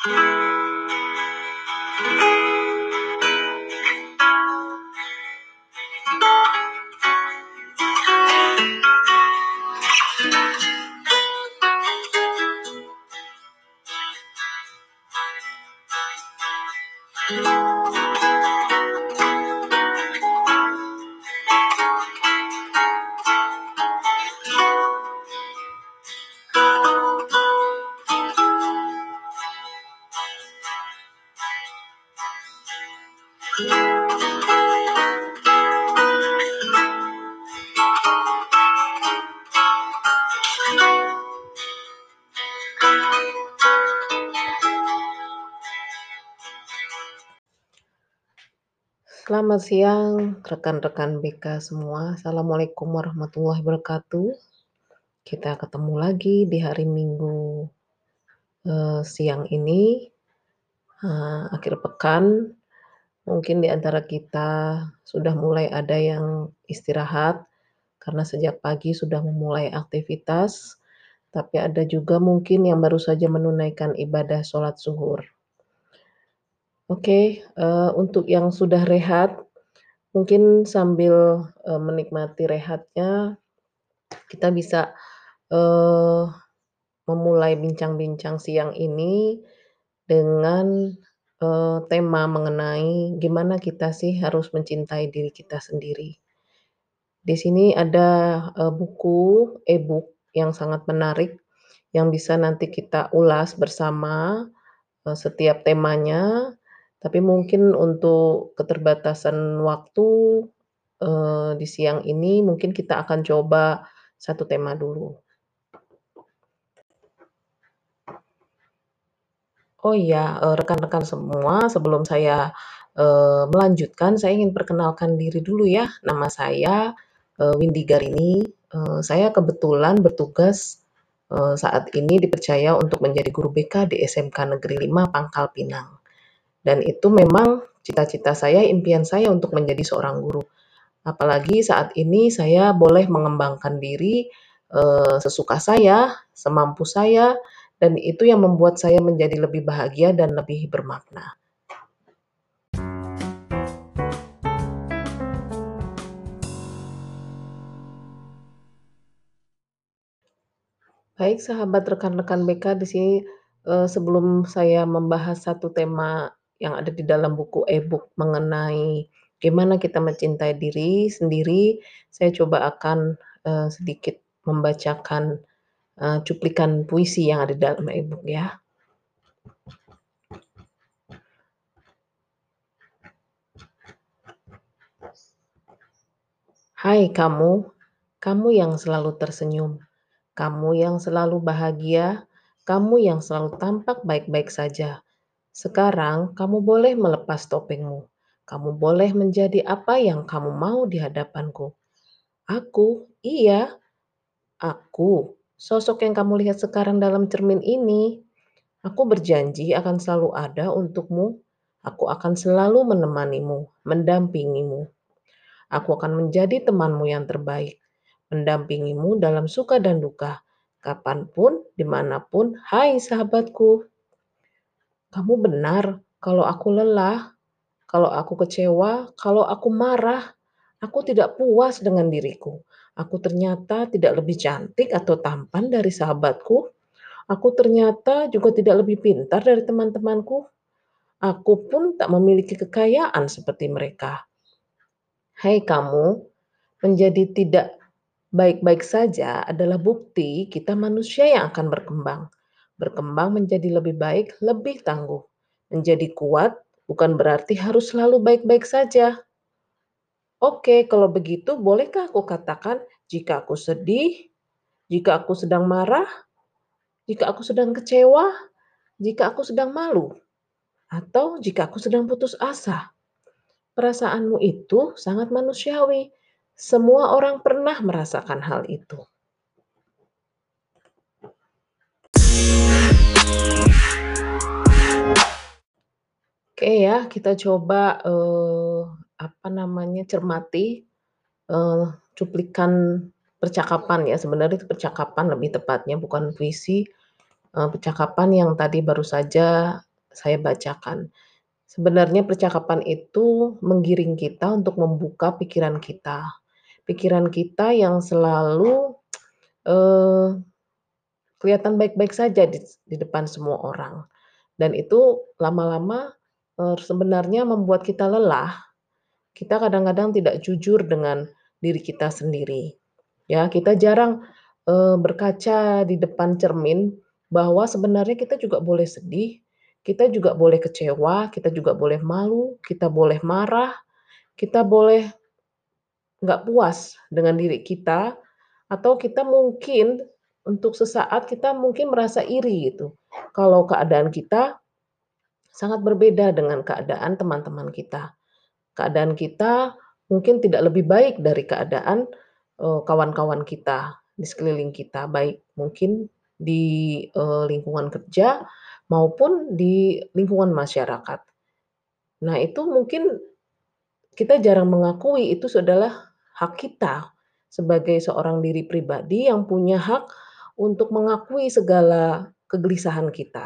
Selamat siang rekan-rekan BK semua. Assalamualaikum warahmatullahi wabarakatuh. Kita ketemu lagi di hari Minggu, siang ini, akhir pekan. Mungkin di antara kita sudah mulai ada yang istirahat karena sejak pagi sudah memulai aktivitas, tapi ada juga mungkin yang baru saja menunaikan ibadah sholat zuhur. Oke, untuk yang sudah rehat, mungkin sambil, menikmati rehatnya kita bisa, eee, memulai bincang-bincang siang ini dengan, tema mengenai gimana kita sih harus mencintai diri kita sendiri. Di sini ada, buku e-book yang sangat menarik yang bisa nanti kita ulas bersama, setiap temanya, tapi mungkin untuk keterbatasan waktu, di siang ini mungkin kita akan coba satu tema dulu. Oh iya, rekan-rekan semua, sebelum saya, melanjutkan, saya ingin perkenalkan diri dulu ya. Nama saya, Windy Garini, saya kebetulan bertugas, saat ini dipercaya untuk menjadi guru BK di SMK Negeri 5 Pangkal Pinang. Dan itu memang cita-cita saya, impian saya untuk menjadi seorang guru. Apalagi saat ini saya boleh mengembangkan diri, sesuka saya, semampu saya, dan itu yang membuat saya menjadi lebih bahagia dan lebih bermakna. Baik sahabat rekan-rekan BK di sini, sebelum saya membahas satu tema yang ada di dalam buku e-book mengenai gimana kita mencintai diri sendiri, saya coba akan, sedikit membacakan, cuplikan puisi yang ada di dalam e-book ya. Hai kamu yang selalu tersenyum, kamu yang selalu bahagia, kamu yang selalu tampak baik-baik saja. Sekarang kamu boleh melepas topengmu. Kamu boleh menjadi apa yang kamu mau di hadapanku. Aku, iya, aku, sosok yang kamu lihat sekarang dalam cermin ini. Aku berjanji akan selalu ada untukmu. Aku akan selalu menemanimu, mendampingimu. Aku akan menjadi temanmu yang terbaik, mendampingimu dalam suka dan duka, kapanpun, dimanapun, hai sahabatku. Kamu benar kalau aku lelah, kalau aku kecewa, kalau aku marah, aku tidak puas dengan diriku. Aku ternyata tidak lebih cantik atau tampan dari sahabatku. Aku ternyata juga tidak lebih pintar dari teman-temanku. Aku pun tak memiliki kekayaan seperti mereka. Hai kamu, menjadi tidak baik-baik saja adalah bukti kita manusia yang akan berkembang. Berkembang menjadi lebih baik, lebih tangguh. Menjadi kuat bukan berarti harus selalu baik-baik saja. Oke, kalau begitu bolehkah aku katakan jika aku sedih, jika aku sedang marah, jika aku sedang kecewa, jika aku sedang malu, atau jika aku sedang putus asa? Perasaanmu itu sangat manusiawi. Semua orang pernah merasakan hal itu. Oke ya, kita coba, cermati, eee, cuplikan percakapan ya, sebenarnya itu percakapan lebih tepatnya bukan puisi, percakapan yang tadi baru saja saya bacakan. Sebenarnya percakapan itu menggiring kita untuk membuka pikiran kita. Pikiran kita yang selalu, eee, kelihatan baik-baik saja di depan semua orang. Dan itu lama-lama, sebenarnya membuat kita lelah. Kita kadang-kadang tidak jujur dengan diri kita sendiri. Ya, kita jarang, berkaca di depan cermin bahwa sebenarnya kita juga boleh sedih, kita juga boleh kecewa, kita juga boleh malu, kita boleh marah, kita boleh nggak puas dengan diri kita, atau kita mungkin untuk sesaat kita mungkin merasa iri gitu, kalau keadaan kita sangat berbeda dengan keadaan teman-teman kita. Keadaan kita mungkin tidak lebih baik dari keadaan, kawan-kawan kita di sekeliling kita, baik mungkin di, lingkungan kerja maupun di lingkungan masyarakat. Nah, itu mungkin kita jarang mengakui itu adalah hak kita sebagai seorang diri pribadi yang punya hak untuk mengakui segala kegelisahan kita.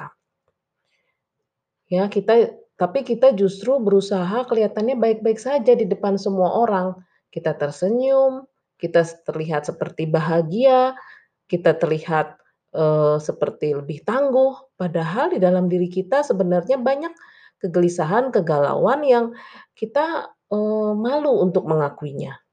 Ya, tapi kita justru berusaha kelihatannya baik-baik saja di depan semua orang. Kita tersenyum, kita terlihat seperti bahagia, kita terlihat, seperti lebih tangguh, padahal di dalam diri kita sebenarnya banyak kegelisahan, kegalauan yang kita, malu untuk mengakuinya.